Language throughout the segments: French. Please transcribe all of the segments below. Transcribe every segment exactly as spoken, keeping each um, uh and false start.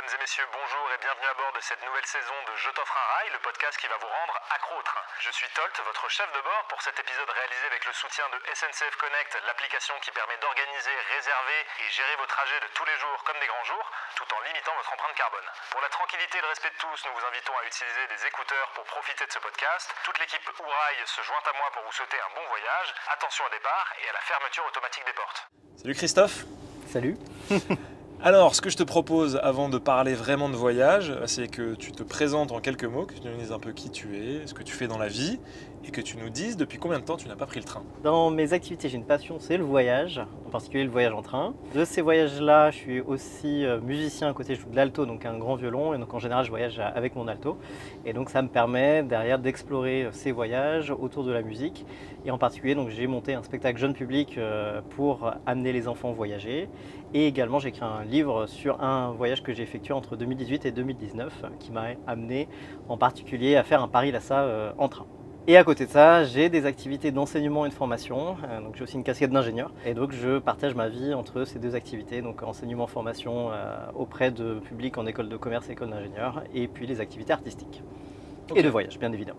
Mesdames et messieurs, bonjour et bienvenue à bord de cette nouvelle saison de Je t'offre un rail, le podcast qui va vous rendre accro au train. Je suis Tolt, votre chef de bord pour cet épisode réalisé avec le soutien de S N C F Connect, l'application qui permet d'organiser, réserver et gérer vos trajets de tous les jours comme des grands jours, tout en limitant votre empreinte carbone. Pour la tranquillité et le respect de tous, nous vous invitons à utiliser des écouteurs pour profiter de ce podcast. Toute l'équipe Ourail se joint à moi pour vous souhaiter un bon voyage. Attention au départ et à la fermeture automatique des portes. Salut Christophe. Salut. Alors, ce que je te propose avant de parler vraiment de voyage, c'est que tu te présentes en quelques mots, que tu nous dises un peu qui tu es, ce que tu fais dans la vie, et que tu nous dises depuis combien de temps tu n'as pas pris le train. Dans mes activités, j'ai une passion, c'est le voyage, en particulier le voyage en train. De ces voyages-là, je suis aussi musicien à côté, je joue de l'alto, donc un grand violon, et donc en général, je voyage avec mon alto. Et donc ça me permet derrière d'explorer ces voyages autour de la musique. Et en particulier, donc j'ai monté un spectacle jeune public pour amener les enfants voyager. Et également, j'ai écrit un livre sur un voyage que j'ai effectué entre deux mille dix-huit et deux mille dix-neuf, qui m'a amené en particulier à faire un Paris-Lassa en train. Et à côté de ça, j'ai des activités d'enseignement et de formation, euh, donc j'ai aussi une casquette d'ingénieur. Et donc je partage ma vie entre ces deux activités, donc enseignement-formation euh, auprès de publics en école de commerce et école d'ingénieur, et puis les activités artistiques. Okay. Et de voyage, bien évidemment.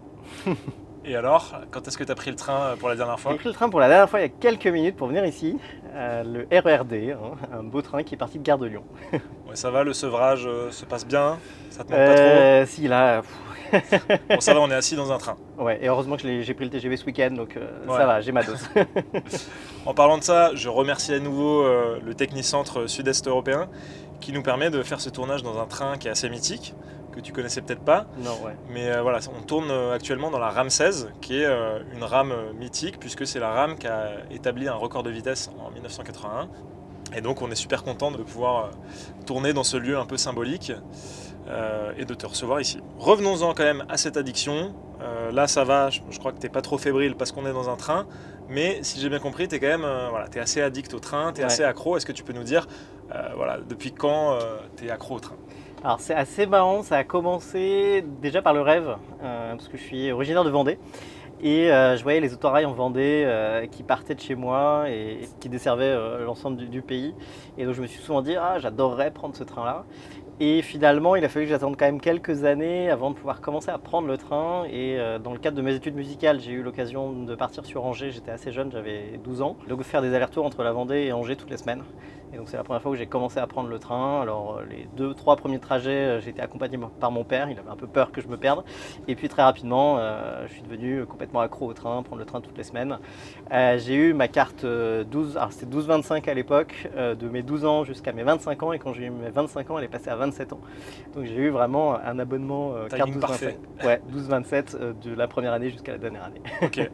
Et alors, quand est-ce que tu as pris le train pour la dernière fois ? J'ai pris le train pour la dernière fois il y a quelques minutes pour venir ici, euh, le R E R D, hein, un beau train qui est parti de Gare de Lyon. Ouais, ça va, le sevrage euh, se passe bien ? Ça te manque euh, pas trop ? Si, là... Bon, ça va, on est assis dans un train. Ouais, et heureusement que j'ai pris le T G V ce week-end, donc euh, ouais. ça va, j'ai ma dose. En parlant de ça, je remercie à nouveau euh, le Technicentre Sud-Est européen qui nous permet de faire ce tournage dans un train qui est assez mythique, que tu connaissais peut-être pas. Non, ouais. Mais euh, voilà, on tourne euh, actuellement dans la rame seize, qui est euh, une rame euh, mythique, puisque c'est la rame qui a établi un record de vitesse en mille neuf cent quatre-vingt-un. Et donc on est super content de pouvoir euh, tourner dans ce lieu un peu symbolique euh, et de te recevoir ici. Revenons-en quand même à cette addiction. Euh, là ça va, je, je crois que tu n'es pas trop fébrile parce qu'on est dans un train, mais si j'ai bien compris, tu es quand même euh, voilà, t'es assez addict au train, tu es ouais. assez accro. Est-ce que tu peux nous dire euh, voilà, depuis quand euh, tu es accro au train ? Alors c'est assez marrant, ça a commencé déjà par le rêve, euh, parce que je suis originaire de Vendée. Et euh, je voyais les autorails en Vendée euh, qui partaient de chez moi et qui desservaient euh, l'ensemble du, du pays. Et donc je me suis souvent dit, ah, j'adorerais prendre ce train-là. Et finalement, il a fallu que j'attende quand même quelques années avant de pouvoir commencer à prendre le train. Et euh, dans le cadre de mes études musicales, j'ai eu l'occasion de partir sur Angers. J'étais assez jeune, j'avais douze ans. Donc faire des allers-retours entre la Vendée et Angers toutes les semaines. Et donc c'est la première fois où j'ai commencé à prendre le train. Alors les deux, trois premiers trajets, j'ai été accompagné par mon père. Il avait un peu peur que je me perde. Et puis très rapidement, euh, je suis devenu complètement accro au train, prendre le train toutes les semaines. Euh, j'ai eu ma carte douze, alors c'était douze vingt-cinq à l'époque, euh, de mes douze ans jusqu'à mes vingt-cinq ans. Et quand j'ai eu mes vingt-cinq ans, elle est passée à vingt-sept ans. Donc j'ai eu vraiment un abonnement euh, carte douze vingt-sept. Ouais, douze vingt-sept euh, de la première année jusqu'à la dernière année. Ok.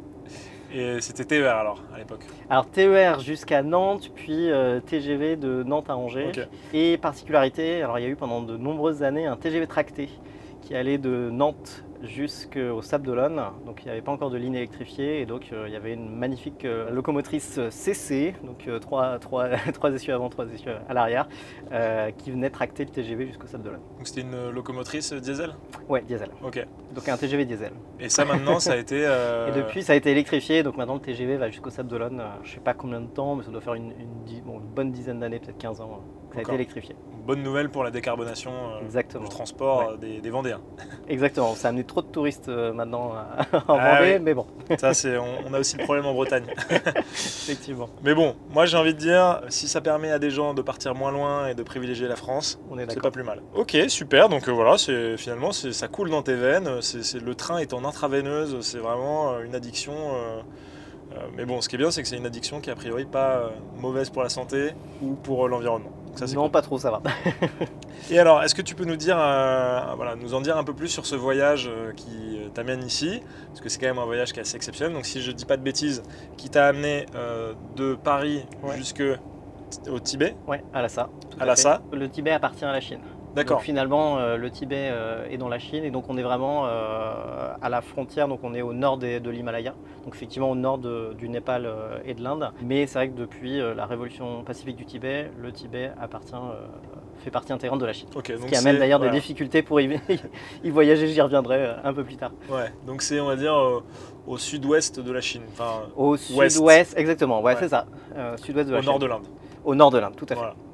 Et c'était T E R alors, à l'époque ? Alors T E R jusqu'à Nantes, puis euh, T G V de Nantes à Angers. Okay. Et particularité, alors il y a eu pendant de nombreuses années un T G V tracté qui allait de Nantes jusqu'au Sable d'Olonne. Donc il n'y avait pas encore de ligne électrifiée et donc euh, il y avait une magnifique euh, locomotrice C C, donc euh, trois, trois, trois essieux avant, trois essieux à l'arrière, euh, qui venait tracter le T G V jusqu'au Sable d'Olonne. Donc c'était une locomotrice diesel ? Ouais, diesel. Ok. Donc un T G V diesel. Et ça maintenant ça a été... Euh... Et depuis ça a été électrifié, donc maintenant le T G V va jusqu'au Sable d'Olonne. Euh, je ne sais pas combien de temps, mais ça doit faire une, une, bon, une bonne dizaine d'années, peut-être quinze ans. Ça a été électrifié. Bonne nouvelle pour la décarbonation euh, du transport ouais. des, des Vendéens. Exactement, ça a amené trop de touristes euh, maintenant en ah, Vendée, oui. mais bon. Ça, c'est, on, on a aussi le problème en Bretagne. Effectivement. Mais bon, moi j'ai envie de dire, si ça permet à des gens de partir moins loin et de privilégier la France, on est c'est pas plus mal. Ok, super, donc euh, voilà, c'est, finalement c'est, ça coule dans tes veines, c'est, c'est, le train est en intraveineuse, c'est vraiment euh, une addiction... Euh, Euh, mais bon, ce qui est bien, c'est que c'est une addiction qui est a priori pas euh, mauvaise pour la santé ou pour euh, l'environnement. Donc ça, c'est non, cool. Pas trop, ça va. Et alors, est-ce que tu peux nous dire, euh, voilà, nous en dire un peu plus sur ce voyage euh, qui t'amène ici ? Parce que c'est quand même un voyage qui est assez exceptionnel. Donc si je dis pas de bêtises, qui t'a amené euh, de Paris ouais. jusqu'au Tibet ? Ouais, à Lhasa. À Lhasa. Le Tibet appartient à la Chine. D'accord. Donc finalement, euh, le Tibet euh, est dans la Chine et donc on est vraiment euh, à la frontière, donc on est au nord des, de l'Himalaya, donc effectivement au nord de, du Népal euh, et de l'Inde. Mais c'est vrai que depuis euh, la révolution pacifique du Tibet, le Tibet appartient, euh, fait partie intégrante de la Chine. Okay, donc ce qui amène d'ailleurs voilà. des difficultés pour y, y voyager, j'y reviendrai euh, un peu plus tard. Ouais, donc c'est on va dire euh, au sud-ouest de la Chine. Enfin, au sud-ouest, exactement, ouais, ouais. c'est ça. Euh, sud-ouest de la au Chine. Au nord de l'Inde. Au nord de l'Inde, tout à fait. Voilà.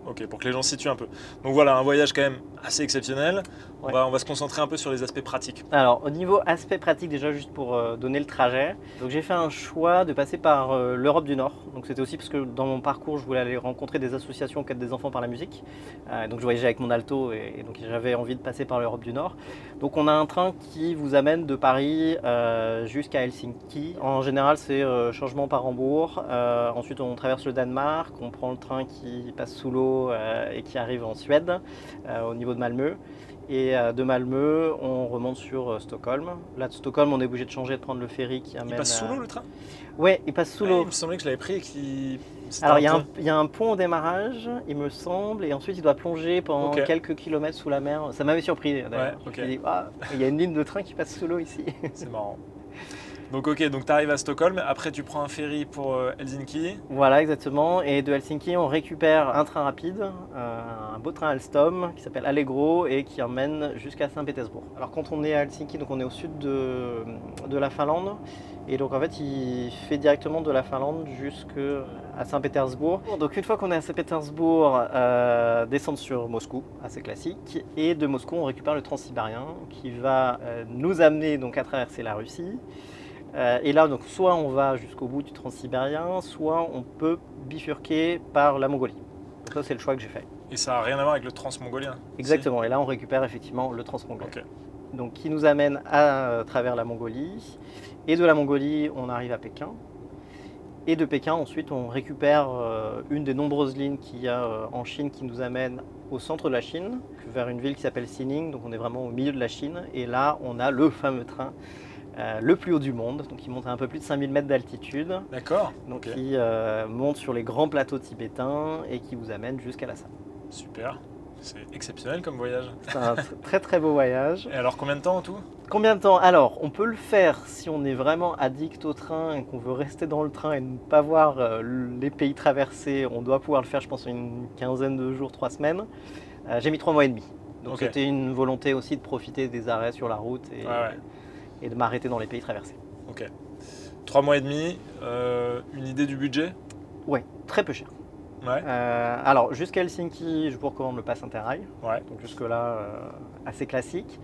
Ok, pour que les gens se situent un peu. Donc voilà, un voyage quand même assez exceptionnel. On, Ouais. va, on va se concentrer un peu sur les aspects pratiques. Alors, au niveau aspect pratique, déjà juste pour euh, donner le trajet, donc j'ai fait un choix de passer par euh, l'Europe du Nord. Donc c'était aussi parce que dans mon parcours, je voulais aller rencontrer des associations qui aident des enfants par la musique. Euh, donc je voyageais avec mon alto et, et donc j'avais envie de passer par l'Europe du Nord. Donc on a un train qui vous amène de Paris euh, jusqu'à Helsinki. En général, c'est euh, changement par Hambourg. Euh, ensuite, on traverse le Danemark, on prend le train qui passe sous l'eau euh, et qui arrive en Suède, euh, au niveau de Malmö. Et euh, de Malmö, on remonte sur euh, Stockholm. Là, de Stockholm, on est obligé de changer, de prendre le ferry qui amène. Il passe sous à- l'eau le train? Ouais, il passe sous Ouais, l'eau. il me semblait que je l'avais pris et qu'il. C'était Alors, il y, a un un- pont. il y a un pont au démarrage, il me semble, et ensuite il doit plonger pendant Ok. quelques kilomètres sous la mer. Ça m'avait surpris d'ailleurs. Ouais, Je me ok. suis dit, ah, il y a une ligne de train qui passe sous l'eau ici. C'est marrant. Donc ok, donc tu arrives à Stockholm, après tu prends un ferry pour euh, Helsinki. Voilà, exactement. Et de Helsinki, on récupère un train rapide, euh, un beau train Alstom qui s'appelle Allegro et qui emmène jusqu'à Saint-Pétersbourg. Alors quand on est à Helsinki, donc on est au sud de, de la Finlande. Et donc en fait, il fait directement de la Finlande jusqu'à Saint-Pétersbourg. Donc une fois qu'on est à Saint-Pétersbourg, euh, descendre sur Moscou, assez classique. Et de Moscou, on récupère le transsibérien qui va euh, nous amener donc à traverser la Russie. Euh, et là, donc, soit on va jusqu'au bout du transsibérien, soit on peut bifurquer par la Mongolie. Donc ça, c'est le choix que j'ai fait. Et ça n'a rien à voir avec le transmongolien. Exactement. Et là, on récupère effectivement le transmongolien. Ok. Donc, qui nous amène à euh, travers la Mongolie. Et de la Mongolie, on arrive à Pékin. Et de Pékin, ensuite, on récupère euh, une des nombreuses lignes qu'il y a euh, en Chine qui nous amène au centre de la Chine, vers une ville qui s'appelle Xining. Donc, on est vraiment au milieu de la Chine. Et là, on a le fameux train Euh, le plus haut du monde, donc il monte à un peu plus de cinq mille mètres d'altitude, D'accord. donc Ok. qui euh, monte sur les grands plateaux tibétains et qui vous amène jusqu'à Lhasa. Super. C'est exceptionnel comme voyage. C'est un tr- très très beau voyage. Et alors combien de temps en tout? Combien de temps? Alors, on peut le faire si on est vraiment addict au train et qu'on veut rester dans le train et ne pas voir euh, les pays traversés. On doit pouvoir le faire, je pense, une quinzaine de jours, trois semaines. Euh, j'ai mis trois mois et demi. Donc Ok. c'était une volonté aussi de profiter des arrêts sur la route et, Ouais, ouais. et de m'arrêter dans les pays traversés. Ok. Trois mois et demi. euh, une idée du budget? Ouais, très peu cher. Ouais. Euh, alors, jusqu'à Helsinki, je vous recommande le pass Interrail. Ouais. Donc jusque-là, euh, assez classique.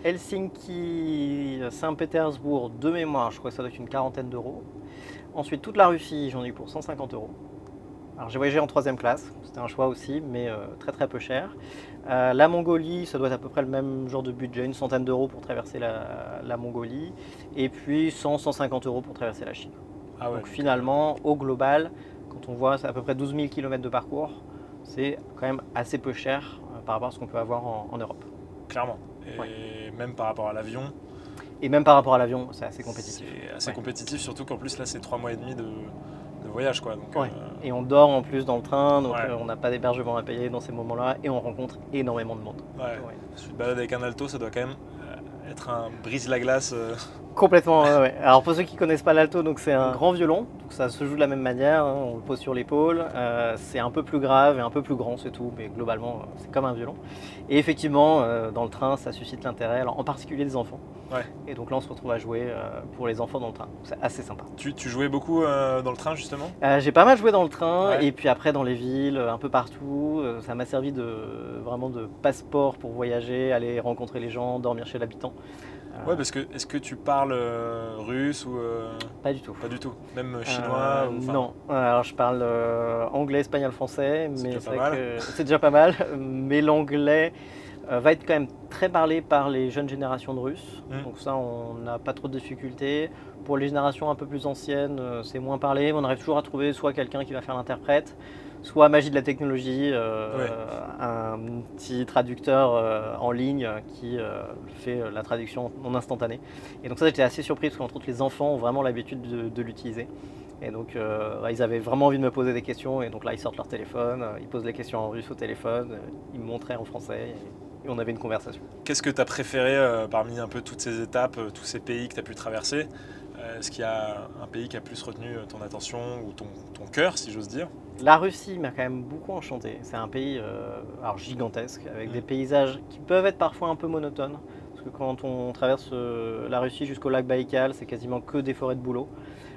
Helsinki, Saint-Pétersbourg, de mémoire, je crois que ça doit être une quarantaine d'euros. Ensuite, toute la Russie, j'en ai eu pour cent cinquante euros. Alors j'ai voyagé en troisième classe, c'était un choix aussi, mais euh, très très peu cher. Euh, la Mongolie, ça doit être à peu près le même genre de budget, une centaine d'euros pour traverser la, la Mongolie, et puis cent à cent cinquante euros pour traverser la Chine. Ah ouais. Donc finalement, au global, quand on voit c'est à peu près douze mille kilomètres de parcours, c'est quand même assez peu cher euh, par rapport à ce qu'on peut avoir en, en Europe. Clairement. Et Ouais. même par rapport à l'avion, Et même par rapport à l'avion, c'est assez compétitif. c'est assez Ouais. compétitif, surtout qu'en plus là c'est trois mois et demi de, de voyage quoi. Donc, Ouais. euh, Et on dort en plus dans le train, donc Ouais. euh, on n'a pas d'hébergement à payer dans ces moments-là, et on rencontre énormément de monde. ouais. Ouais. Si tu te balades avec un alto, ça doit quand même euh, être un brise-la-glace. euh, Complètement, ouais, ouais. Alors pour ceux qui connaissent pas l'alto, donc c'est un grand violon, donc ça se joue de la même manière, hein, on le pose sur l'épaule, euh, c'est un peu plus grave et un peu plus grand, c'est tout, mais globalement euh, c'est comme un violon. Et effectivement, euh, dans le train, ça suscite l'intérêt, alors en particulier des enfants. Ouais. Et donc là, on se retrouve à jouer euh, pour les enfants dans le train, donc c'est assez sympa. Tu, tu jouais beaucoup euh, dans le train justement? Euh, j'ai pas mal joué dans le train, Ouais. et puis après dans les villes, euh, un peu partout, euh, ça m'a servi de vraiment de passeport pour voyager, aller rencontrer les gens, dormir chez l'habitant. Euh, Ouais, parce que est-ce que tu parles euh, russe ou euh, Pas du tout. pas du tout? Même chinois Euh, ou, enfin, Non, alors je parle euh, anglais, espagnol, français, C'est mais déjà c'est pas vrai mal. que c'est déjà pas mal. Mais l'anglais euh, va être quand même très parlé par les jeunes générations de Russes, Mm. donc ça on n'a pas trop de difficultés. Pour les générations un peu plus anciennes, euh, c'est moins parlé, mais on arrive toujours à trouver soit quelqu'un qui va faire l'interprète, soit magie de la technologie, euh, Ouais. un petit traducteur euh, en ligne qui euh, fait la traduction en instantané. Et donc ça j'étais assez surpris parce qu'entre autres les enfants ont vraiment l'habitude de, de l'utiliser. Et donc euh, ouais, ils avaient vraiment envie de me poser des questions et donc là ils sortent leur téléphone, euh, ils posent les questions en russe au téléphone, euh, ils me montraient en français et, et on avait une conversation. Qu'est-ce que tu as préféré euh, parmi un peu toutes ces étapes, euh, tous ces pays que tu as pu traverser? Euh, Est-ce qu'il y a un pays qui a plus retenu euh, ton attention ou ton, ton cœur, si j'ose dire? La Russie m'a quand même beaucoup enchanté. C'est un pays euh, alors gigantesque, avec Mm. des paysages qui peuvent être parfois un peu monotones. Parce que quand on traverse euh, la Russie jusqu'au lac Baïkal, c'est quasiment que des forêts de bouleaux.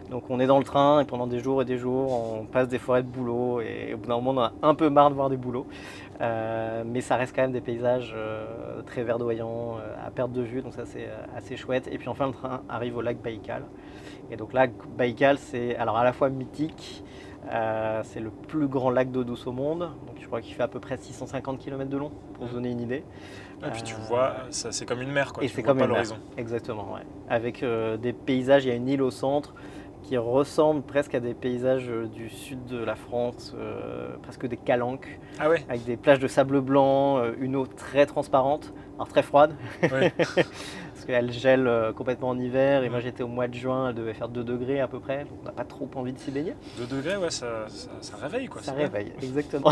Donc on est dans le train et pendant des jours et des jours, on passe des forêts de bouleaux et au bout d'un moment, on a un peu marre de voir des bouleaux. Euh, mais ça reste quand même des paysages euh, très verdoyants, euh, à perte de vue, donc ça c'est euh, assez chouette. Et puis enfin, le train arrive au lac Baïkal. Et donc lac Baïkal, c'est alors à la fois mythique, euh, c'est le plus grand lac d'eau douce au monde. Donc je crois qu'il fait à peu près six cent cinquante kilomètres de long, pour vous donner une idée. Et puis tu vois, ça, c'est comme une mer, quoi. Et tu c'est vois comme pas une mer, l'horizon. exactement, ouais. Avec euh, des paysages, il y a une île au centre qui ressemble presque à des paysages euh, du sud de la France, euh, presque des calanques, Ah ouais. avec des plages de sable blanc, euh, une eau très transparente, alors très froide, Ouais. parce qu'elle gèle euh, complètement en hiver, et Mm. moi j'étais au mois de juin, elle devait faire deux degrés à peu près, donc on n'a pas trop envie de s'y baigner. deux degrés, ouais, ça, ça, ça réveille, quoi. Ça c'est bien. réveille, exactement.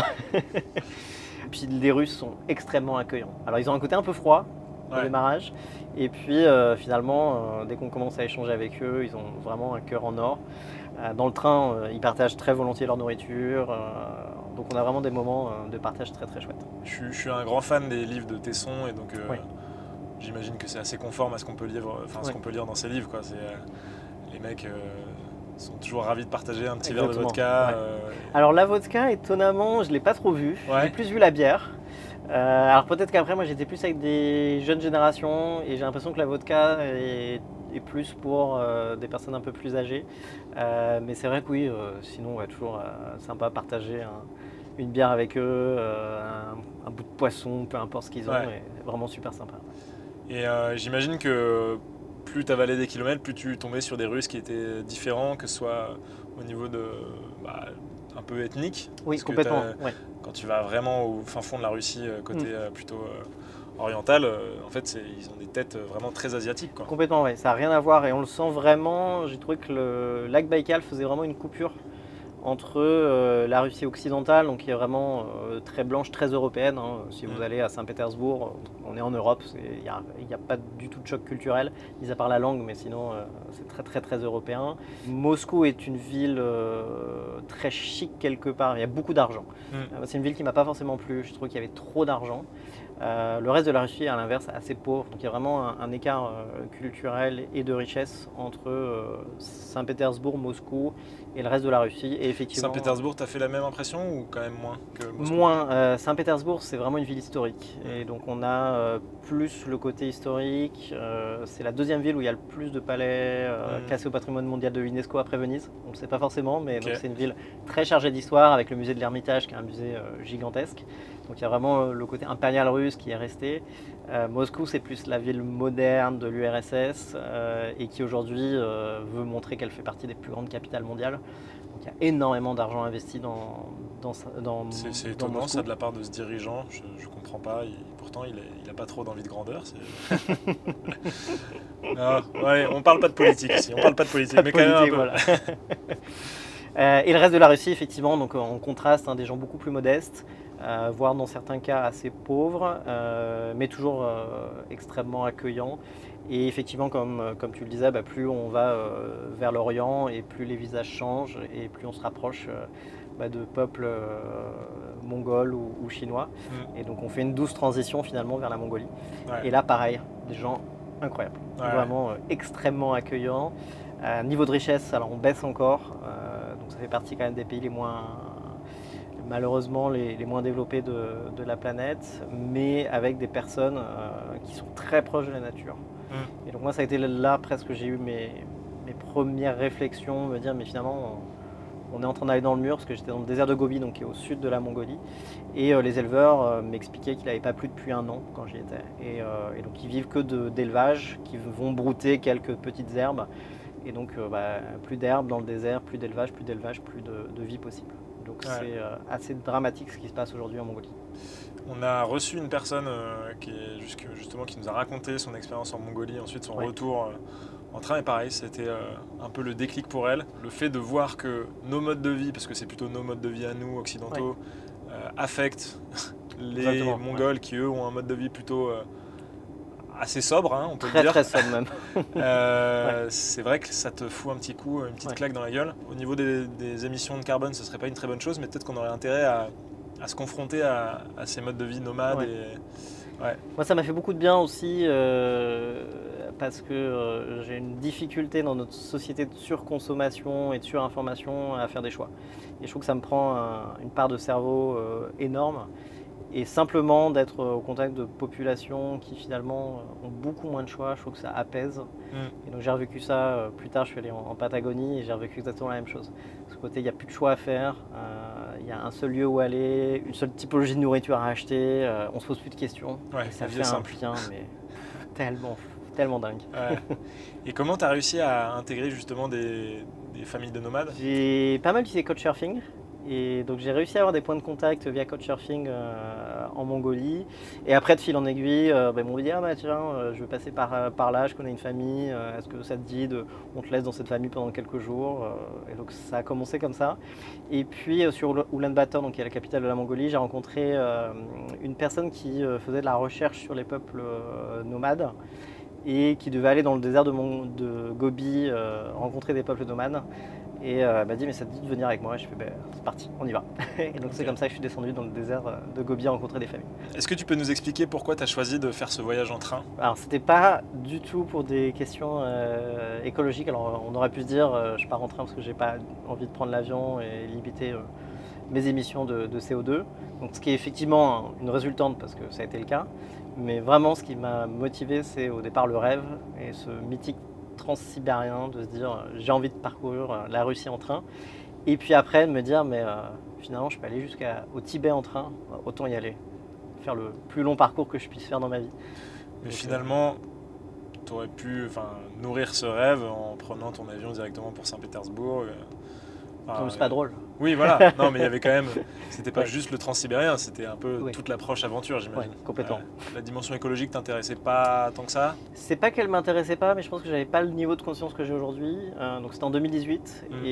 Puis les Russes sont extrêmement accueillants. Alors ils ont un côté un peu froid au Ouais. démarrage, et puis euh, finalement, euh, dès qu'on commence à échanger avec eux, ils ont vraiment un cœur en or. Euh, dans le train, euh, ils partagent très volontiers leur nourriture, euh, donc on a vraiment des moments euh, de partage très très chouettes. Je, suis- je suis un grand fan des livres de Tesson, et donc euh, Ouais. j'imagine que c'est assez conforme à ce qu'on peut lire, enfin, ce Ouais. qu'on peut lire dans ces livres, quoi. C'est, euh, les mecs euh, sont toujours ravis de partager un petit verre de Exactement, vodka. ouais. euh, Alors la vodka, étonnamment, je ne l'ai pas trop vue, Ouais. j'ai plus vu la bière. Euh, alors peut-être qu'après, moi j'étais plus avec des jeunes générations, et j'ai l'impression que la vodka est, est plus pour euh, des personnes un peu plus âgées. Euh, mais c'est vrai que oui, euh, sinon ouais, toujours euh, sympa de partager un- une bière avec eux, euh, un, un bout de poisson, peu importe ce qu'ils ont, Ouais. et vraiment super sympa. Et euh, j'imagine que plus tu avalais des kilomètres, plus tu tombais sur des Russes qui étaient différents, que ce soit au niveau de bah, un peu ethnique. Oui, parce que complètement. t'as- Ouais. Quand tu vas vraiment au fin fond de la Russie, euh, côté Mm. euh, plutôt euh, oriental, euh, en fait, c'est- ils ont des têtes euh, vraiment très asiatiques, quoi. Complètement, ouais. Ça n'a rien à voir, et on le sent vraiment. J'ai trouvé que le lac Baïkal faisait vraiment une coupure entre euh, la Russie occidentale, donc qui est vraiment euh, très blanche, très européenne. Hein. Si vous Mm. allez à Saint-Pétersbourg, on est en Europe, il n'y a, y a pas du tout de choc culturel, mis à part la langue, mais sinon euh, c'est très très très européen. Moscou est une ville euh, très chic quelque part, il y a beaucoup d'argent. Mm. Euh, c'est une ville qui m'a pas forcément plu, je trouve qu'il y avait trop d'argent. Euh, le reste de la Russie, à l'inverse, est assez pauvre. Donc il y a vraiment un, un écart euh, culturel et de richesse entre euh, Saint-Pétersbourg, Moscou et le reste de la Russie. Et effectivement, Saint-Pétersbourg, t'as fait la même impression ou quand même moins que Moscou? moins. Euh, Saint-Pétersbourg, c'est vraiment une ville historique. Mm. Et donc on a euh, plus le côté historique. Euh, c'est la deuxième ville où il y a le plus de palais euh, Mm. classés au patrimoine mondial de l'UNESCO après Venise. On ne sait pas forcément, mais Ok. donc c'est une ville très chargée d'histoire, avec le musée de l'Ermitage, qui est un musée euh, gigantesque. Donc il y a vraiment euh, le côté impérial russe qui est resté. Euh, Moscou, c'est plus la ville moderne de l'U R S S euh, et qui aujourd'hui euh, veut montrer qu'elle fait partie des plus grandes capitales mondiales. Donc il y a énormément d'argent investi dans, dans, dans, C'est, c'est dans étonnant Moscou. ça de la part de ce dirigeant, je, je comprends pas. Il- pourtant, il n'a pas trop d'envie de grandeur. C'est... Non, ouais, on parle pas de politique ici, on parle pas de politique, Pas de mais quand même un politique, peu. voilà. Euh, et le reste de la Russie, effectivement, donc en contraste, hein, des gens beaucoup plus modestes, euh, voire dans certains cas assez pauvres, euh, mais toujours euh, extrêmement accueillants. Et effectivement, comme, comme tu le disais, bah, plus on va euh, vers l'Orient et plus les visages changent et plus on se rapproche euh, bah, de peuples euh, mongols ou, ou chinois. Mm. Et donc on fait une douce transition finalement vers la Mongolie. Ouais. Et là, pareil, des gens incroyables, Ouais. vraiment euh, extrêmement accueillants. Euh, niveau de richesse, alors on baisse encore, euh, donc ça fait partie quand même des pays les moins, malheureusement les, les moins développés de, de la planète, mais avec des personnes euh, qui sont très proches de la nature. Mm. Et donc moi ça a été là presque que j'ai eu mes, mes premières réflexions, me dire mais finalement on, on est en train d'aller dans le mur, parce que j'étais dans le désert de Gobi, donc qui est au sud de la Mongolie, et euh, les éleveurs euh, m'expliquaient qu'il n'avait pas plu depuis un an quand j'y étais. Et, euh, et donc ils vivent que de, d'élevage, qui vont brouter quelques petites herbes. Et donc, euh, bah, plus d'herbe dans le désert, plus d'élevage, plus d'élevage, plus de, de vie possible. Donc Ouais. c'est euh, assez dramatique ce qui se passe aujourd'hui en Mongolie. On a reçu une personne euh, qui est jusque- justement qui nous a raconté son expérience en Mongolie, ensuite son Ouais. retour euh, en train, et pareil, c'était euh, un peu le déclic pour elle, le fait de voir que nos modes de vie, parce que c'est plutôt nos modes de vie à nous occidentaux, euh, affectent les Exactement, Mongols qui eux ont un mode de vie plutôt euh, assez sobre, hein, on peut Très le dire. très sobre même. Euh, C'est vrai que ça te fout un petit coup, une petite Ouais. claque dans la gueule. Au niveau des, des émissions de carbone, ce serait pas une très bonne chose, mais peut-être qu'on aurait intérêt à, à se confronter à, à ces modes de vie nomades Ouais. et, Ouais. Moi, ça m'a fait beaucoup de bien aussi euh, parce que euh, j'ai une difficulté dans notre société de surconsommation et de surinformation à faire des choix. Et je trouve que ça me prend un- une part de cerveau euh, énorme. Et simplement d'être au contact de populations qui finalement ont beaucoup moins de choix, je trouve que ça apaise. Mm. Et donc j'ai revécu ça euh, plus tard, je suis allé en, en Patagonie et j'ai revécu exactement la même chose. De ce côté, il n'y a plus de choix à faire, euh, il y a un seul lieu où aller, une seule typologie de nourriture à acheter, euh, on se pose plus de questions. Ouais, et ça la vie fait est un simple. bien, mais tellement, tellement dingue. Ouais. Et comment tu as réussi à intégrer justement des, des familles de nomades? J'ai pas mal utilisé Couchsurfing. Et donc j'ai réussi à avoir des points de contact via Couchsurfing euh, en Mongolie. Et après, de fil en aiguille, euh, bah, ils m'ont dit ah bah tiens, euh, je vais passer par, euh, par là, je connais une famille, euh, est-ce que ça te dit de, on te laisse dans cette famille pendant quelques jours euh, Et donc ça a commencé comme ça. Et puis euh, sur Ulaanbaatar, donc qui est la capitale de la Mongolie, j'ai rencontré euh, une personne qui euh, faisait de la recherche sur les peuples euh, nomades et qui devait aller dans le désert de, Mon- de Gobi euh, rencontrer des peuples nomades. Et euh, elle m'a dit mais ça te dit de venir avec moi? Je fais ben, c'est parti, on y va. Et donc Ok. c'est comme ça que je suis descendu dans le désert de Gobi à rencontrer des familles. Est-ce que tu peux nous expliquer pourquoi tu as choisi de faire ce voyage en train? Alors c'était pas du tout pour des questions euh, écologiques. Alors on aurait pu se dire euh, je pars en train parce que j'ai pas envie de prendre l'avion et limiter euh, mes émissions de, de C O deux. Donc ce qui est effectivement une résultante parce que ça a été le cas. Mais vraiment ce qui m'a motivé c'est au départ le rêve et ce mythique transsibérien de se dire euh, j'ai envie de parcourir euh, la Russie en train. Et puis après de me dire mais euh, finalement je peux aller jusqu'au Tibet en train, autant y aller. Faire le plus long parcours que je puisse faire dans ma vie. Mais Donc, finalement, tu aurais pu enfin, nourrir ce rêve en prenant ton avion directement pour Saint-Pétersbourg. Enfin, Donc c'est pas drôle. Oui, voilà. Non, mais il y avait quand même. C'était pas Ouais. juste le transsibérien, c'était un peu Ouais. toute l'approche aventure, Ouais, j'imagine. complètement. Ouais. La dimension écologique t'intéressait pas tant que ça? C'est pas qu'elle m'intéressait pas, mais je pense que j'avais pas le niveau de conscience que j'ai aujourd'hui. Euh, donc c'était en deux mille dix-huit Mm.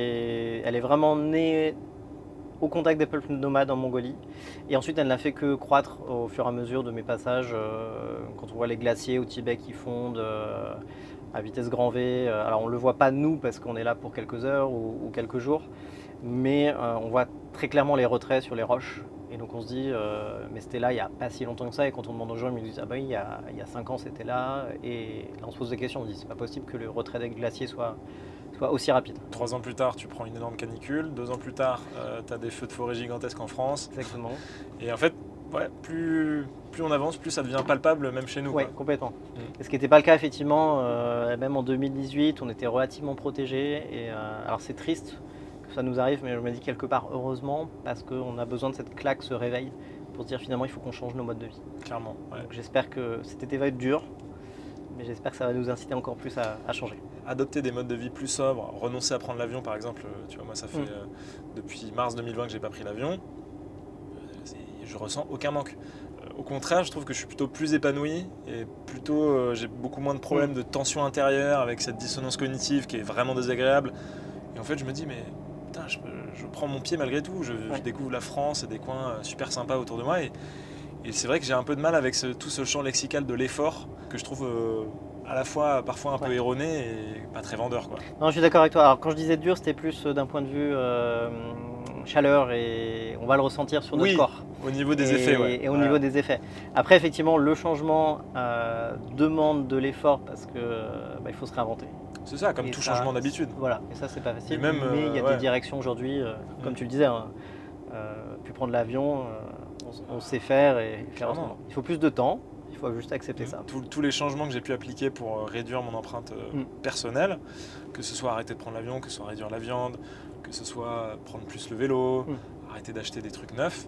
et elle est vraiment née au contact des peuples nomades en Mongolie. Et ensuite, elle n'a fait que croître au fur et à mesure de mes passages. euh, quand on voit les glaciers au Tibet qui fondent euh, à vitesse grand V. euh, alors on le voit pas nous parce qu'on est là pour quelques heures ou, ou quelques jours, mais euh, on voit très clairement les retraits sur les roches. Et donc on se dit, euh, mais c'était là il n'y a pas si longtemps que ça. Et quand on demande aux gens, ils me disent, ah bah oui, il y a, il y a cinq ans c'était là. Et là on se pose des questions, on se dit, c'est pas possible que le retrait des glaciers soit, soit aussi rapide. Trois ans plus tard, tu prends une énorme canicule. Deux ans plus tard, euh, tu as des feux de forêt gigantesques en France. Exactement. Et en fait, ouais, plus, plus on avance, plus ça devient palpable, même chez nous. Oui, quoi. complètement. Mm. Et ce qui n'était pas le cas, effectivement, euh, même en deux mille dix-huit, on était relativement protégés. Et, euh, alors c'est triste que ça nous arrive, mais je me dis quelque part heureusement, parce qu'on a besoin de cette claque, ce réveil, pour se dire finalement il faut qu'on change nos modes de vie. Clairement. Ouais. Donc j'espère que cet été va être dur, mais j'espère que ça va nous inciter encore plus à, à changer. Adopter des modes de vie plus sobres, renoncer à prendre l'avion par exemple, tu vois, moi ça fait Mm. euh, depuis mars deux mille vingt que j'ai pas pris l'avion, euh, c'est- je ressens aucun manque. Euh, au contraire, je trouve que je suis plutôt plus épanoui et plutôt euh, j'ai beaucoup moins de problèmes Mm. de tension intérieure avec cette dissonance cognitive qui est vraiment désagréable. Et en fait, je me dis, mais putain, je, je prends mon pied malgré tout, je, Ouais. je découvre la France et des coins euh, super sympas autour de moi. Et, et c'est vrai que j'ai un peu de mal avec ce- tout ce champ lexical de l'effort que je trouve euh, à la fois parfois un peu Ouais. erroné et pas très vendeur, quoi. Non, je suis d'accord avec toi. Alors quand je disais dur, c'était plus euh, d'un point de vue euh, chaleur et on va le ressentir sur notre Oui, corps. au niveau des et, effets, ouais. et au Ouais. niveau des effets. Après, effectivement, le changement euh, demande de l'effort parce que euh, bah, il faut se réinventer. C'est ça, comme Et tout ça, changement d'habitude. Voilà, et ça, c'est pas facile. Et même, mais il y a euh, ouais. des directions aujourd'hui, euh, comme Mm. tu le disais, hein, euh, plus prendre l'avion, euh, on, on sait faire et faire Clairement. autrement. Il faut plus de temps, il faut juste accepter ça. Tous, tous les changements que j'ai pu appliquer pour euh, réduire mon empreinte euh, Mm. personnelle, que ce soit arrêter de prendre l'avion, que ce soit réduire la viande, que ce soit prendre plus le vélo, Mm. arrêter d'acheter des trucs neufs.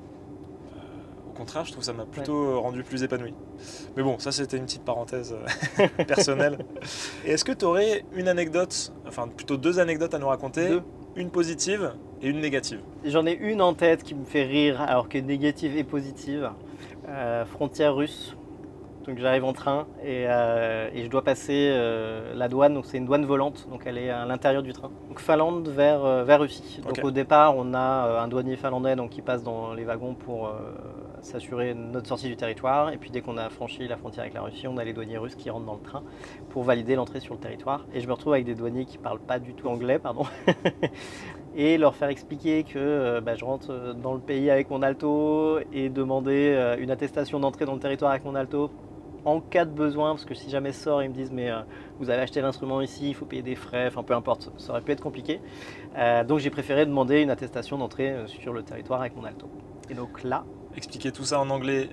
Euh, au contraire, je trouve que ça m'a plutôt euh, rendu plus épanoui. Mais bon, ça c'était une petite parenthèse euh, personnelle. Et est-ce que tu aurais une anecdote, enfin plutôt deux anecdotes à nous raconter, Deux. une positive et une négative? J'en ai une en tête qui me fait rire, alors que négative et positive. Euh, frontière russe. Donc j'arrive en train et, euh, et je dois passer euh, la douane. Donc c'est une douane volante, donc elle est à l'intérieur du train. Donc Finlande vers, euh, vers Russie. Donc Ok. au départ, on a euh, un douanier finlandais donc, qui passe dans les wagons pour euh, s'assurer notre sortie du territoire. Et puis dès qu'on a franchi la frontière avec la Russie, on a les douaniers russes qui rentrent dans le train pour valider l'entrée sur le territoire. Et je me retrouve avec des douaniers qui ne parlent pas du tout anglais, pardon. Et leur faire expliquer que euh, bah, je rentre dans le pays avec mon alto et demander euh, une attestation d'entrée dans le territoire avec mon alto en cas de besoin, parce que si jamais ça sort, ils me disent mais euh, vous avez acheté l'instrument ici, il faut payer des frais, enfin peu importe, ça aurait pu être compliqué. Euh, donc j'ai préféré demander une attestation d'entrée euh, sur le territoire avec mon alto. Et donc là... Expliquer tout ça en anglais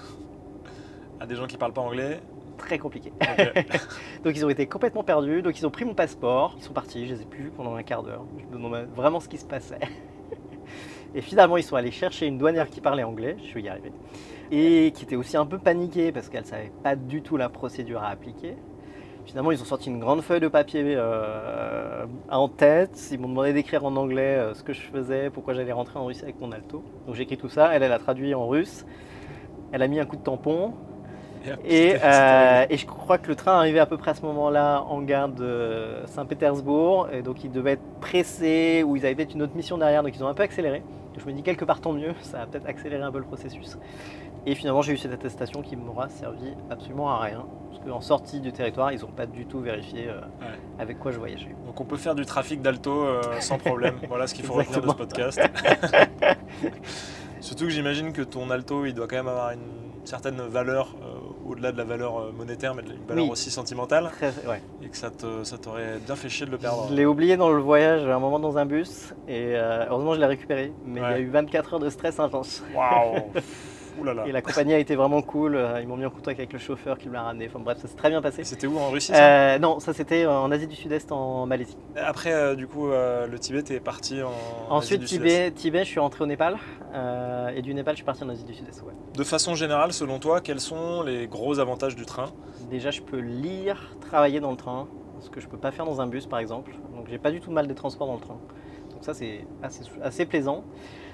à des gens qui parlent pas anglais. Très compliqué. Okay. Donc ils ont été complètement perdus, donc ils ont pris mon passeport, ils sont partis, je les ai plus vus pendant un quart d'heure. Je me demandais vraiment ce qui se passait. Et finalement ils sont allés chercher une douanière qui parlait anglais, je suis y arrivé, et qui était aussi un peu paniquée parce qu'elle ne savait pas du tout la procédure à appliquer. Finalement ils ont sorti une grande feuille de papier euh, en tête, ils m'ont demandé d'écrire en anglais euh, ce que je faisais, pourquoi j'allais rentrer en Russie avec mon alto. Donc j'ai écrit tout ça, elle, elle a traduit en russe, elle a mis un coup de tampon. Et, euh, et je crois que le train arrivait à peu près à ce moment-là en gare de Saint-Pétersbourg, et donc ils devaient être pressés, ou ils avaient peut-être une autre mission derrière, donc ils ont un peu accéléré. Donc je me dis quelque part tant mieux, ça a peut-être accéléré un peu le processus. Et finalement j'ai eu cette attestation qui m'aura servi absolument à rien, parce qu'en sortie du territoire, ils n'ont pas du tout vérifié euh, ouais. avec quoi je voyageais. Donc on peut faire du trafic d'alto euh, sans problème, voilà ce qu'il faut retenir de ce podcast. Surtout que j'imagine que ton alto, il doit quand même avoir une certaine valeur, euh, au-delà de la valeur euh, monétaire, mais une valeur oui. aussi sentimentale. Très, ouais. Et que ça, te, ça t'aurait bien fait chier de le perdre. Je l'ai oublié dans le voyage, à un moment dans un bus, et euh, heureusement je l'ai récupéré. Mais ouais. il y a eu vingt-quatre heures de stress intense. Waouh. Ouh là là. Et la compagnie a été vraiment cool, ils m'ont mis en contact avec le chauffeur qui me l'a ramené. Enfin bref, ça s'est très bien passé. Et c'était où, en Russie ça euh, Non, ça c'était en Asie du Sud-Est, en Malaisie. Après, euh, du coup, euh, le Tibet, t'es parti en Ensuite, Asie du Tibet, Sud-Est. Tibet, je suis rentré au Népal. Euh, et du Népal, je suis parti en Asie du Sud-Est. Ouais. De façon générale, selon toi, quels sont les gros avantages du train ? Déjà, je peux lire, travailler dans le train, ce que je peux pas faire dans un bus, par exemple. Donc, j'ai pas du tout de mal des transports dans le train. Donc ça, c'est assez, assez plaisant.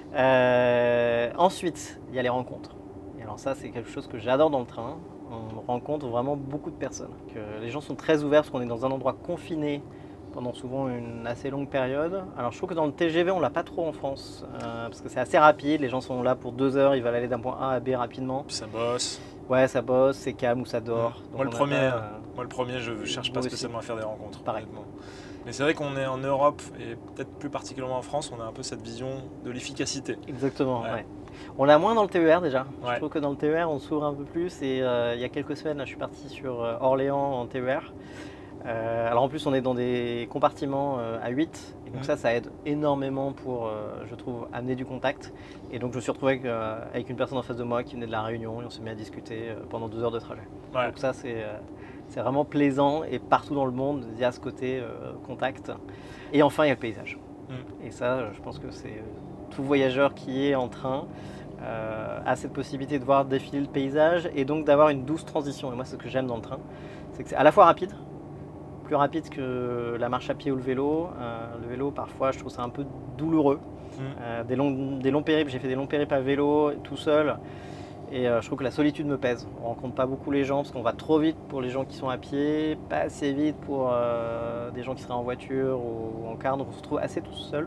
Euh, ensuite, il y a les rencontres. Et alors ça, c'est quelque chose que j'adore dans le train. On rencontre vraiment beaucoup de personnes. Que les gens sont très ouverts parce qu'on est dans un endroit confiné pendant souvent une assez longue période. Alors je trouve que dans le T G V, on l'a pas trop en France, euh, parce que c'est assez rapide. Les gens sont là pour deux heures, ils veulent aller d'un point A à B rapidement. Puis ça bosse. Ouais, ça bosse, c'est calme ou ça dort. Moi, le premier, pas, euh, moi le premier, je cherche pas spécialement aussi. à faire des rencontres. Pareil. Mais c'est vrai qu'on est en Europe, et peut-être plus particulièrement en France, on a un peu cette vision de l'efficacité. Exactement, ouais. ouais. On l'a moins dans le T E R déjà. Ouais. Je trouve que dans le T E R, on s'ouvre un peu plus. Et euh, il y a quelques semaines, là, je suis parti sur euh, Orléans en T E R. Euh, alors en plus, on est dans des compartiments euh, à huit. Et donc mmh. ça, ça aide énormément pour, euh, je trouve, amener du contact. Et donc je me suis retrouvé avec, euh, avec une personne en face de moi qui venait de la Réunion et on s'est mis à discuter euh, pendant deux heures de trajet. Ouais. Donc ça, c'est, euh, c'est vraiment plaisant. Et partout dans le monde, il y a ce côté euh, contact. Et enfin, il y a le paysage. Mmh. Et ça, je pense que c'est euh, tout voyageur qui est en train euh, a cette possibilité de voir défiler le paysage et donc d'avoir une douce transition. Et moi, c'est ce que j'aime dans le train. C'est que c'est à la fois rapide, plus rapide que la marche à pied ou le vélo. Euh, le vélo, parfois, je trouve ça un peu douloureux. Mmh. Euh, des, longs, des longs périples, j'ai fait des longs périples à vélo tout seul. Et euh, je trouve que la solitude me pèse. On ne rencontre pas beaucoup les gens parce qu'on va trop vite pour les gens qui sont à pied, pas assez vite pour euh, des gens qui seraient en voiture ou en car. Donc on se retrouve assez tout seul.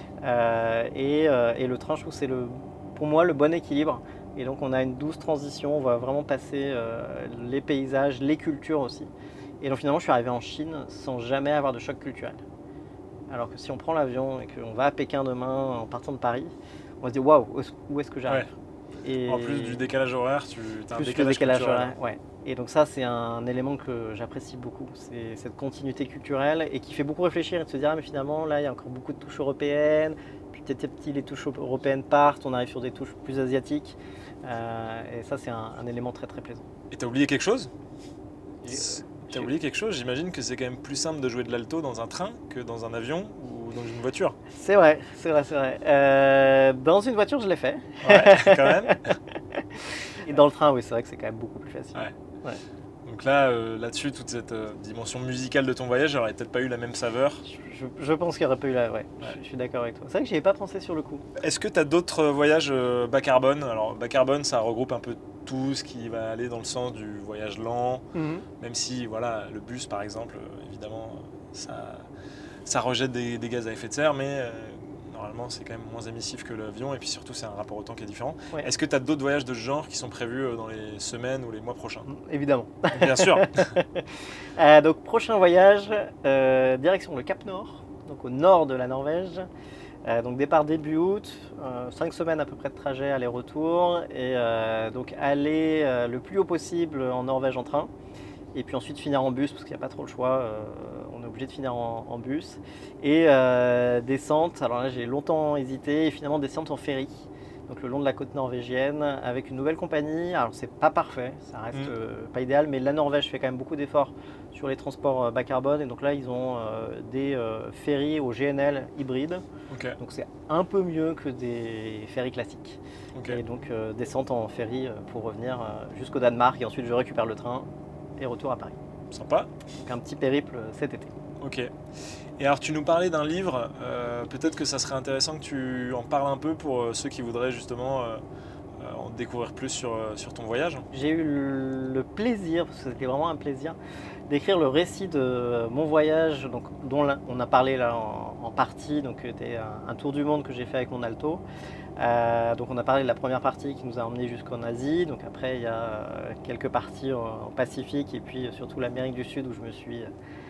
Euh, et, euh, et le train, je trouve que c'est le, pour moi le bon équilibre. Et donc on a une douce transition, on va vraiment passer euh, les paysages, les cultures aussi. Et donc finalement je suis arrivé en Chine sans jamais avoir de choc culturel. Alors que si on prend l'avion et qu'on va à Pékin demain en partant de Paris, on va se dire waouh, où est-ce que j'arrive ? Ouais. Et en plus du décalage horaire, tu as un décalage, décalage culturel. Horaire, ouais. Et donc ça, c'est un élément que j'apprécie beaucoup. C'est cette continuité culturelle et qui fait beaucoup réfléchir et de se dire ah, mais finalement là, il y a encore beaucoup de touches européennes. Puis petit à petit, les touches européennes partent, on arrive sur des touches plus asiatiques. Euh, et ça, c'est un, un élément très très plaisant. Et t'as oublié quelque chose ? J'ai, T'as oublié quelque chose ? J'imagine que c'est quand même plus simple de jouer de l'alto dans un train que dans un avion ou dans une voiture. C'est vrai, c'est vrai, c'est vrai. Euh, dans une voiture, je l'ai fait. Ouais, quand même. Et dans le train, oui, c'est vrai que c'est quand même beaucoup plus facile. Ouais. Ouais. Donc là, euh, là-dessus, toute cette euh, dimension musicale de ton voyage n'aurait peut-être pas eu la même saveur. Je, je, je pense qu'il n'y aurait pas eu la... Ouais, ouais. Je, je suis d'accord avec toi. C'est vrai que j'y avais pas pensé sur le coup. Est-ce que tu as d'autres voyages euh, bas carbone ? Alors, bas carbone, ça regroupe un peu tout ce qui va aller dans le sens du voyage lent, mm-hmm. même si, voilà, le bus, par exemple, euh, évidemment, ça, ça rejette des, des gaz à effet de serre, mais euh, normalement c'est quand même moins émissif que l'avion et puis surtout c'est un rapport au temps qui est différent. Ouais. Est-ce que tu as d'autres voyages de ce genre qui sont prévus euh, dans les semaines ou les mois prochains? Évidemment. Bien sûr. Euh, donc prochain voyage, euh, direction le Cap Nord, donc au nord de la Norvège. Euh, donc départ début août, euh, cinq semaines à peu près de trajet aller-retour et euh, donc aller euh, le plus haut possible en Norvège en train et puis ensuite finir en bus parce qu'il n'y a pas trop le choix, euh, on est obligé de finir en, en bus et euh, descente, alors là j'ai longtemps hésité et finalement descente en ferry. Donc le long de la côte norvégienne avec une nouvelle compagnie. Alors c'est pas parfait, ça reste Mm. euh, pas idéal, mais la Norvège fait quand même beaucoup d'efforts sur les transports euh, bas carbone et donc là ils ont euh, des euh, ferries au G N L hybrides. Ok. Donc c'est un peu mieux que des ferries classiques. Ok. Et donc euh, descente en ferry euh, pour revenir euh, jusqu'au Danemark et ensuite je récupère le train et retour à Paris. Sympa. Donc un petit périple euh, cet été. Ok. Et alors tu nous parlais d'un livre, euh, peut-être que ça serait intéressant que tu en parles un peu pour euh, ceux qui voudraient justement euh, euh, en découvrir plus sur, euh, sur ton voyage. J'ai eu le plaisir, parce que c'était vraiment un plaisir, d'écrire le récit de mon voyage, donc, dont là, on a parlé là en, en partie, donc c'était un, un tour du monde que j'ai fait avec mon alto. Euh, donc on a parlé de la première partie qui nous a emmenés jusqu'en Asie, donc après il y a euh, quelques parties en, en Pacifique et puis surtout l'Amérique du Sud où je me suis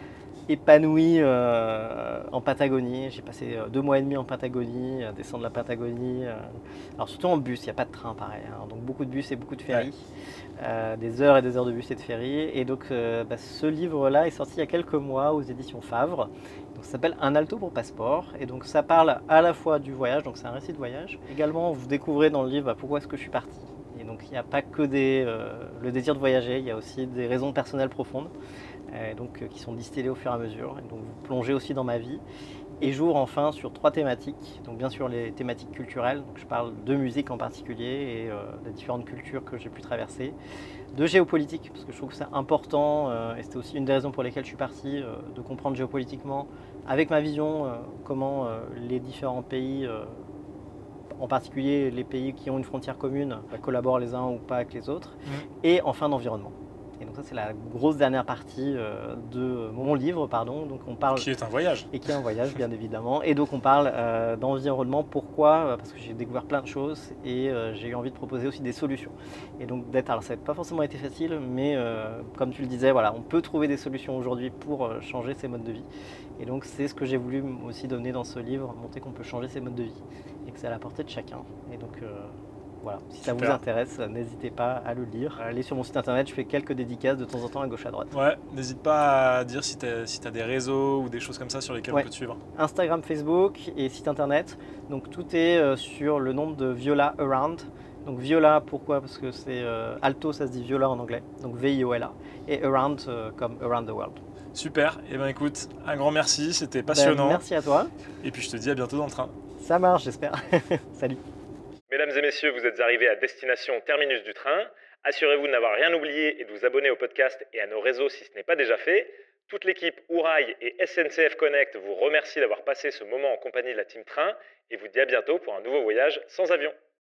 épanoui euh, en Patagonie. J'ai passé euh, deux mois et demi en Patagonie, à descendre la Patagonie. euh. Alors surtout en bus, il n'y a pas de train pareil, hein, donc beaucoup de bus et beaucoup de ferries. Euh, des heures et des heures de bus et de ferry. Et donc euh, bah, ce livre-là est sorti il y a quelques mois aux éditions Favre. Donc, ça s'appelle Un alto pour passeport. Et donc ça parle à la fois du voyage, donc c'est un récit de voyage. Également, vous découvrez dans le livre bah, pourquoi est-ce que je suis parti. Et donc il n'y a pas que des, euh, le désir de voyager, il y a aussi des raisons personnelles profondes, euh, donc, euh, qui sont distillées au fur et à mesure. Et donc vous plongez aussi dans ma vie. Et j'ouvre enfin sur trois thématiques, donc bien sûr les thématiques culturelles, donc je parle de musique en particulier et euh, des différentes cultures que j'ai pu traverser, de géopolitique, parce que je trouve que c'est important, euh, et c'était aussi une des raisons pour lesquelles je suis parti, euh, de comprendre géopolitiquement, avec ma vision, euh, comment euh, les différents pays, euh, en particulier les pays qui ont une frontière commune, bah, collaborent les uns ou pas avec les autres, Mmh. et enfin d'environnement. Et donc ça c'est la grosse dernière partie euh, de mon livre, pardon. Donc on parle Qui est un voyage. et qui est un voyage bien évidemment. Et donc on parle euh, d'environnement. Pourquoi? Parce que j'ai découvert plein de choses et euh, j'ai eu envie de proposer aussi des solutions. Et donc d'être, alors ça n'a pas forcément été facile, mais euh, comme tu le disais, voilà, on peut trouver des solutions aujourd'hui pour euh, changer ses modes de vie. Et donc c'est ce que j'ai voulu aussi donner dans ce livre, montrer qu'on peut changer ses modes de vie et que c'est à la portée de chacun. Et donc euh, voilà, si ça Super. vous intéresse, n'hésitez pas à le lire. Allez sur mon site internet, je fais quelques dédicaces de temps en temps à gauche à droite. Ouais, n'hésite pas à dire si tu as, si t'as des réseaux ou des choses comme ça sur lesquels Ouais. on peut te suivre. Instagram, Facebook et site internet. Donc tout est euh, sur le nom de Viola Around. Donc Viola, pourquoi? Parce que c'est euh, alto, ça se dit viola en anglais, donc V I O L A. Et Around euh, comme Around the World. Super, et eh ben écoute, un grand merci, c'était passionnant. Ben, merci à toi. Et puis je te dis à bientôt dans le train. Ça marche, j'espère. Salut. Mesdames et messieurs, vous êtes arrivés à destination terminus du train. Assurez-vous de n'avoir rien oublié et de vous abonner au podcast et à nos réseaux si ce n'est pas déjà fait. Toute l'équipe Ourail et S N C F Connect vous remercie d'avoir passé ce moment en compagnie de la Team Train et vous dit à bientôt pour un nouveau voyage sans avion.